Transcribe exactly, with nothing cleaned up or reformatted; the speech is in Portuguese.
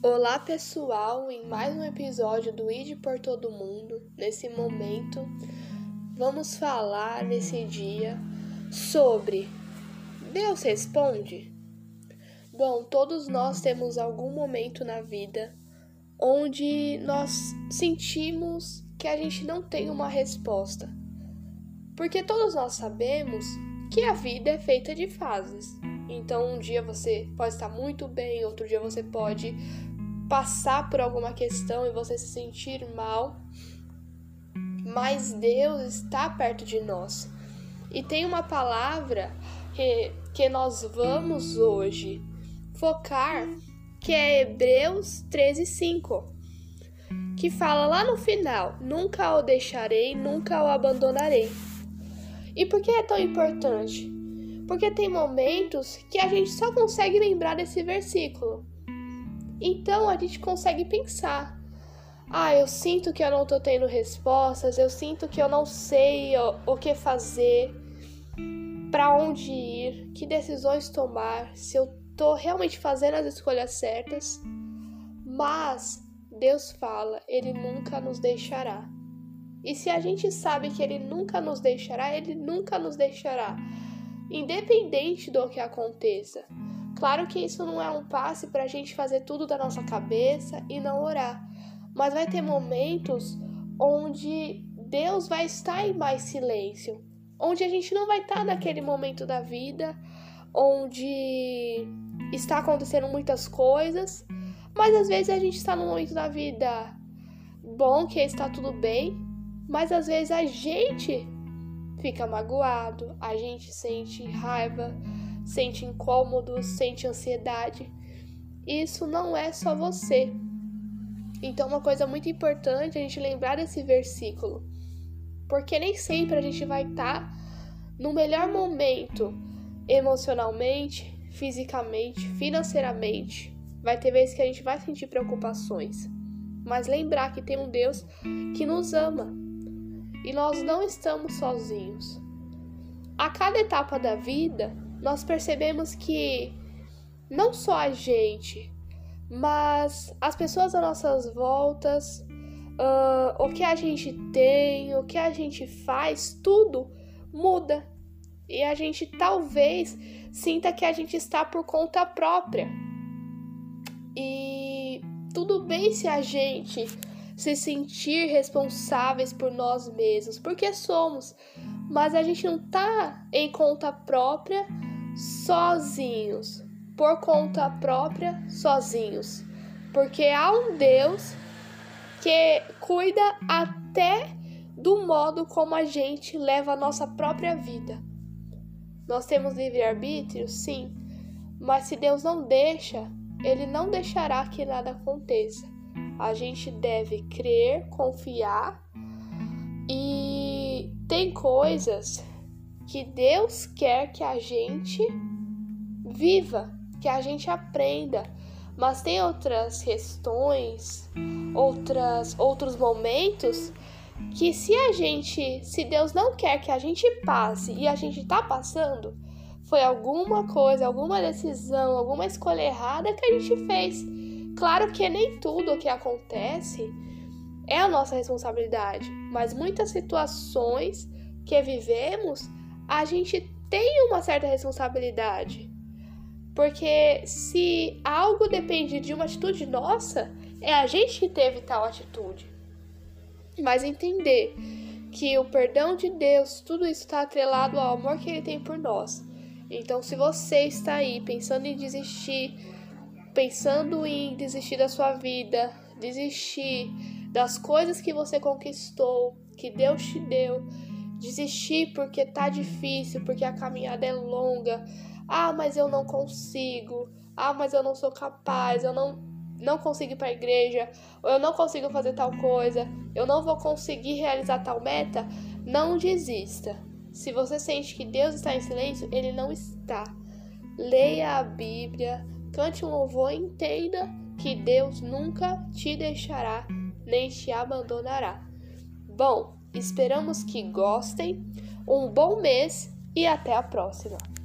Olá pessoal, em mais um episódio do Ide por Todo Mundo. Nesse momento, vamos falar nesse dia sobre Deus responde? Bom, todos nós temos algum momento na vida onde nós sentimos que a gente não tem uma resposta. Porque todos nós sabemos que a vida é feita de fases. Então, um dia você pode estar muito bem, outro dia você pode passar por alguma questão e você se sentir mal, mas Deus está perto de nós. E tem uma palavra que, que nós vamos hoje focar, que é Hebreus treze, cinco, que fala lá no final: nunca o deixarei, nunca o abandonarei. E por que é tão importante? Porque tem momentos que a gente só consegue lembrar desse versículo. Então a gente consegue pensar: ah, eu sinto que eu não estou tendo respostas, eu sinto que eu não sei o, o que fazer, para onde ir, que decisões tomar, se eu estou realmente fazendo as escolhas certas. Mas Deus fala, Ele nunca nos deixará. E se a gente sabe que Ele nunca nos deixará, Ele nunca nos deixará, independente do que aconteça. Claro que isso não é um passe para a gente fazer tudo da nossa cabeça e não orar. Mas vai ter momentos onde Deus vai estar em mais silêncio. Onde a gente não vai estar naquele momento da vida, onde está acontecendo muitas coisas. Mas às vezes a gente está num momento da vida bom, que está tudo bem. Mas às vezes a gente fica magoado, a gente sente raiva, sente incômodo, sente ansiedade. Isso não é só você. Então, uma coisa muito importante é a gente lembrar desse versículo, porque nem sempre a gente vai estar no melhor momento emocionalmente, fisicamente, financeiramente. Vai ter vezes que a gente vai sentir preocupações, mas lembrar que tem um Deus que nos ama e nós não estamos sozinhos. A cada etapa da vida, nós percebemos que não só a gente, mas as pessoas às nossas voltas, uh, o que a gente tem, o que a gente faz, tudo muda. E a gente talvez sinta que a gente está por conta própria. E tudo bem se a gente se sentir responsáveis por nós mesmos, porque somos, mas a gente não está em conta própria sozinhos, por conta própria sozinhos, porque há um Deus que cuida até do modo como a gente leva a nossa própria vida. Nós temos livre-arbítrio, sim, mas se Deus não deixa, Ele não deixará que nada aconteça. A gente deve crer, confiar, e tem coisas que Deus quer que a gente viva, que a gente aprenda, mas tem outras questões, outras, outros momentos que se a gente, se Deus não quer que a gente passe e a gente tá passando, foi alguma coisa, alguma decisão, alguma escolha errada que a gente fez. Claro que nem tudo o que acontece é a nossa responsabilidade, mas muitas situações que vivemos, a gente tem uma certa responsabilidade. Porque se algo depende de uma atitude nossa, é a gente que teve tal atitude. Mas entender que o perdão de Deus, tudo isso está atrelado ao amor que Ele tem por nós. Então, se você está aí pensando em desistir, pensando em desistir da sua vida, desistir das coisas que você conquistou, que Deus te deu, desistir porque tá difícil, porque a caminhada é longa, ah, mas eu não consigo, ah, mas eu não sou capaz, eu não, não consigo ir para a igreja, ou eu não consigo fazer tal coisa, eu não vou conseguir realizar tal meta, não desista. Se você sente que Deus está em silêncio, Ele não está. Leia a Bíblia, cante um louvor e entenda que Deus nunca te deixará, nem te abandonará. Bom, esperamos que gostem, um bom mês e até a próxima!